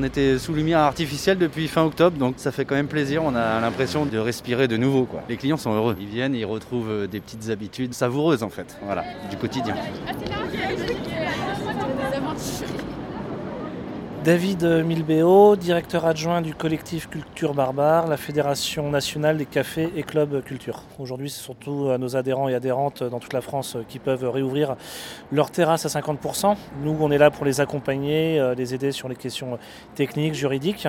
était sous lumière artificielle depuis fin octobre, donc ça fait quand même plaisir. On a l'impression de respirer de nouveau, quoi. Les clients sont heureux. Ils viennent et ils retrouvent des petites habitudes savoureuses, en fait, voilà, du quotidien. David Milbéo, directeur adjoint du collectif Culture Barbare, la Fédération nationale des cafés et clubs culture. Aujourd'hui, c'est surtout nos adhérents et adhérentes dans toute la France qui peuvent réouvrir leurs terrasses à 50%. Nous, on est là pour les accompagner, les aider sur les questions techniques, juridiques.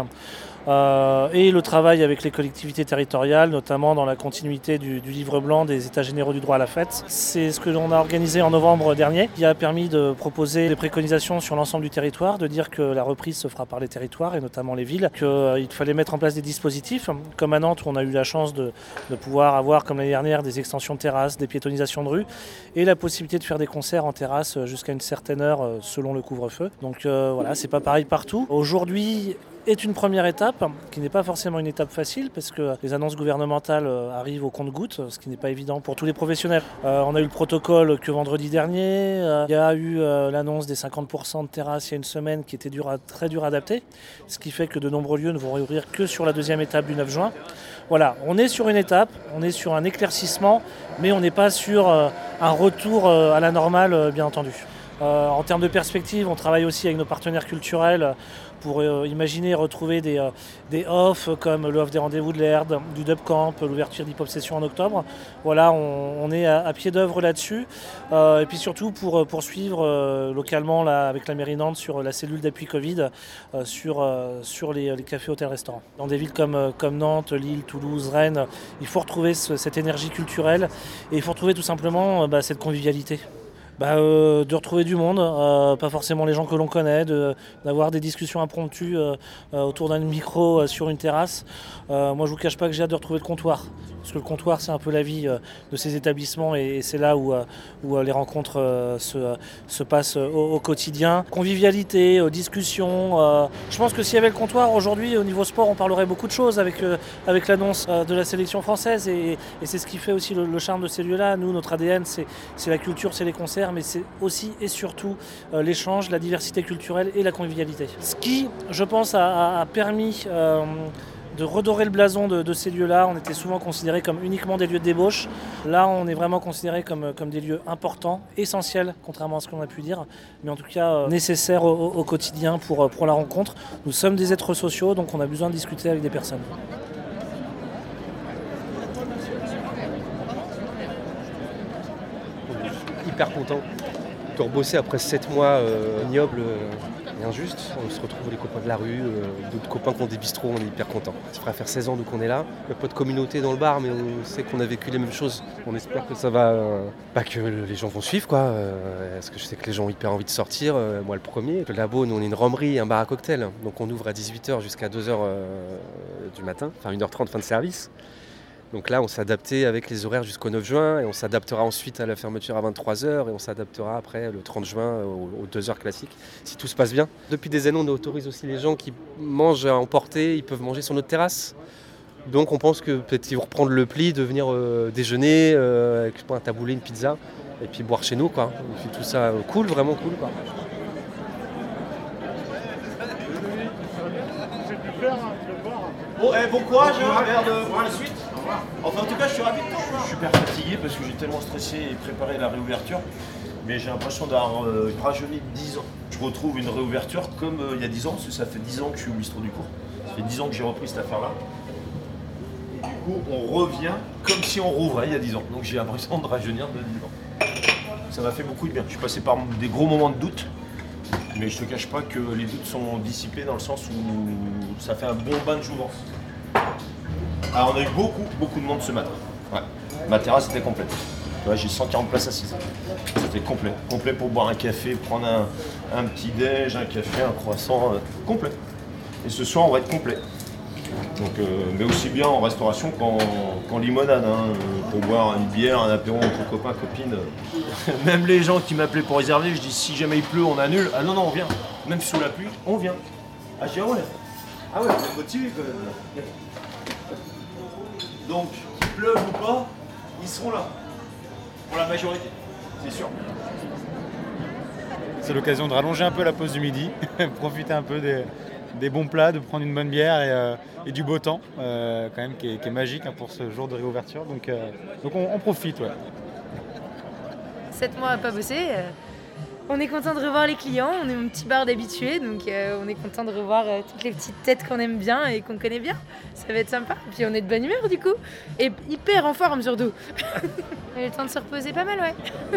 Et le travail avec les collectivités territoriales, notamment dans la continuité du livre blanc des États généraux du droit à la fête. C'est ce que l'on a organisé en novembre dernier, qui a permis de proposer des préconisations sur l'ensemble du territoire, de dire que la reprise se fera par les territoires et notamment les villes, qu'il fallait mettre en place des dispositifs, comme à Nantes où on a eu la chance de pouvoir avoir, comme l'année dernière, des extensions de terrasses, des piétonisations de rues et la possibilité de faire des concerts en terrasse jusqu'à une certaine heure selon le couvre-feu. Donc voilà, c'est pas pareil partout. Aujourd'hui, est une première étape, qui n'est pas forcément une étape facile, parce que les annonces gouvernementales arrivent au compte-gouttes, ce qui n'est pas évident pour tous les professionnels. On a eu le protocole que vendredi dernier, il y a eu l'annonce des 50% de terrasses il y a une semaine qui était très dur à adapter, ce qui fait que de nombreux lieux ne vont réouvrir que sur la deuxième étape du 9 juin. Voilà, on est sur une étape, on est sur un éclaircissement, mais on n'est pas sur un retour à la normale, bien entendu. En termes de perspective, on travaille aussi avec nos partenaires culturels pour imaginer retrouver des offs comme le off des rendez-vous de l'Erd, du Dub Camp, l'ouverture d'Hip Hop Session en octobre. Voilà, on est à pied d'œuvre là-dessus. Et puis surtout pour poursuivre localement là, avec la mairie Nantes sur la cellule d'appui Covid sur les cafés, hôtels, restaurants. Dans des villes comme Nantes, Lille, Toulouse, Rennes, il faut retrouver cette énergie culturelle et il faut retrouver tout simplement cette convivialité. De retrouver du monde, pas forcément les gens que l'on connaît, d'avoir des discussions impromptues autour d'un micro sur une terrasse. Moi je vous cache pas que j'ai hâte de retrouver le comptoir, parce que le comptoir c'est un peu la vie de ces établissements et c'est là où les rencontres se passent au quotidien. Convivialité, discussion. Je pense que s'il y avait le comptoir aujourd'hui au niveau sport on parlerait beaucoup de choses avec l'annonce de la sélection française et c'est ce qui fait aussi le charme de ces lieux-là. Nous, notre ADN c'est la culture, c'est les concerts, mais c'est aussi et surtout l'échange, la diversité culturelle et la convivialité. Ce qui, je pense, a permis de redorer le blason de ces lieux-là. On était souvent considérés comme uniquement des lieux de débauche. Là, on est vraiment considérés comme des lieux importants, essentiels, contrairement à ce qu'on a pu dire, mais en tout cas nécessaires au quotidien pour la rencontre. Nous sommes des êtres sociaux, donc on a besoin de discuter avec des personnes. Hyper content de rebosser après 7 mois ignobles et injustes. On se retrouve les copains de la rue, d'autres copains qui ont des bistrots, on est hyper contents. Ça fera faire 16 ans qu'on est là. Il n'y a pas de communauté dans le bar, mais on sait qu'on a vécu les mêmes choses. On espère que ça va, que les gens vont suivre, quoi. Parce que je sais que les gens ont hyper envie de sortir, moi le premier. Le labo, nous on est une rhumberie, un bar à cocktail, donc on ouvre à 18h jusqu'à 2h du matin, enfin 1h30 fin de service. Donc là, on s'est adapté avec les horaires jusqu'au 9 juin et on s'adaptera ensuite à la fermeture à 23h et on s'adaptera après le 30 juin aux 2h classiques, si tout se passe bien. Depuis des années, on autorise aussi les gens qui mangent à emporter, ils peuvent manger sur notre terrasse. Donc on pense que peut-être qu'ils vont reprendre le pli de venir déjeuner avec un taboulé, une pizza et puis boire chez nous, quoi. Et puis tout ça cool, vraiment cool, quoi. Bon courage, pour la suite. Enfin, en tout cas, je suis ravi de toi. Je suis super fatigué parce que j'ai tellement stressé et préparé la réouverture. Mais j'ai l'impression d'avoir rajeuni de 10 ans. Je retrouve une réouverture comme il y a 10 ans, parce que ça fait 10 ans que je suis au bistrot du cours. Ça fait 10 ans que j'ai repris cette affaire-là. Et du coup, on revient comme si on rouvrait il y a 10 ans. Donc j'ai l'impression de rajeunir de 10 ans. Ça m'a fait beaucoup de bien. Je suis passé par des gros moments de doute. Mais je te cache pas que les doutes sont dissipés dans le sens où ça fait un bon bain de jouvence. Alors on a eu beaucoup de monde ce matin. Ouais. Ma terrasse était complète. Tu vois, j'ai 140 places assises. C'était complet. Complet pour boire un café, prendre un petit déj, un café, un croissant. Complet. Et ce soir on va être complet. Donc, mais aussi bien en restauration qu'en limonade, pour boire une bière, un apéro entre copains, copines. Même les gens qui m'appelaient pour réserver, je dis si jamais il pleut, on annule. Ah non, on vient. Même sous la pluie, on vient. Ah je dis ouais. Ah ouais, on est motivé quand même. Donc, qu'il pleuve ou pas, ils seront là. Pour la majorité, c'est sûr. C'est l'occasion de rallonger un peu la pause du midi, profiter un peu des bons plats, de prendre une bonne bière et du beau temps, quand même, qui est magique pour ce jour de réouverture. Donc on profite, ouais. 7 mois à pas bosser. On est content de revoir les clients, on est un petit bar d'habitués, donc on est content de revoir toutes les petites têtes qu'on aime bien et qu'on connaît bien. Ça va être sympa. Puis on est de bonne humeur du coup, et hyper en forme surtout. On a eu le temps de se reposer pas mal, ouais.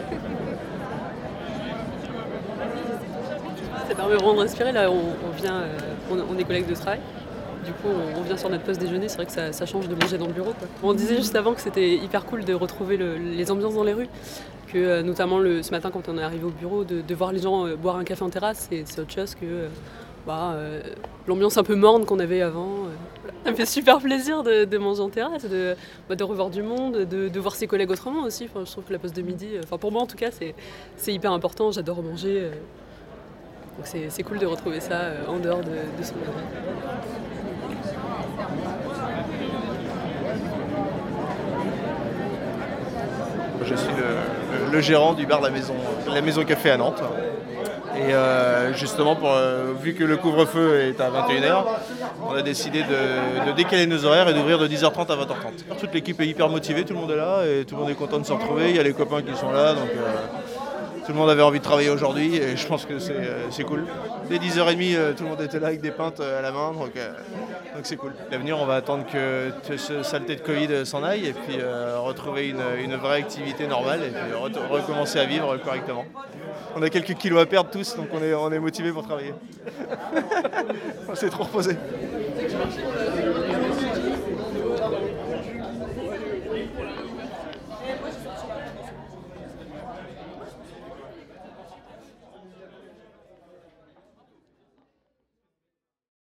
Ça permet vraiment de respirer. Là, on est collègues de travail. Du coup, on vient sur notre poste déjeuner. C'est vrai que ça change de manger dans le bureau, quoi. On disait juste avant que c'était hyper cool de retrouver les ambiances dans les rues. Que notamment ce matin, quand on est arrivé au bureau, de voir les gens boire un café en terrasse, c'est autre chose que l'ambiance un peu morne qu'on avait avant. Ça me fait super plaisir de manger en terrasse, de revoir du monde, de voir ses collègues autrement aussi. Enfin, je trouve que la pause de midi, pour moi en tout cas, c'est hyper important. J'adore manger. Donc c'est cool de retrouver ça en dehors de son bureau. Je suis le gérant du bar de la Maison Café à Nantes. Et justement, vu que le couvre-feu est à 21h, on a décidé de décaler nos horaires et d'ouvrir de 10h30 à 20h30. Toute l'équipe est hyper motivée, tout le monde est là et tout le monde est content de se retrouver. Il y a les copains qui sont là, donc tout le monde avait envie de travailler aujourd'hui et je pense que c'est cool. Dès 10h30, tout le monde était là avec des pintes à la main, donc c'est cool. L'avenir, on va attendre que cette saleté de Covid s'en aille et puis retrouver une vraie activité normale et puis recommencer à vivre correctement. On a quelques kilos à perdre tous, donc on est motivés pour travailler. On s'est trop reposé.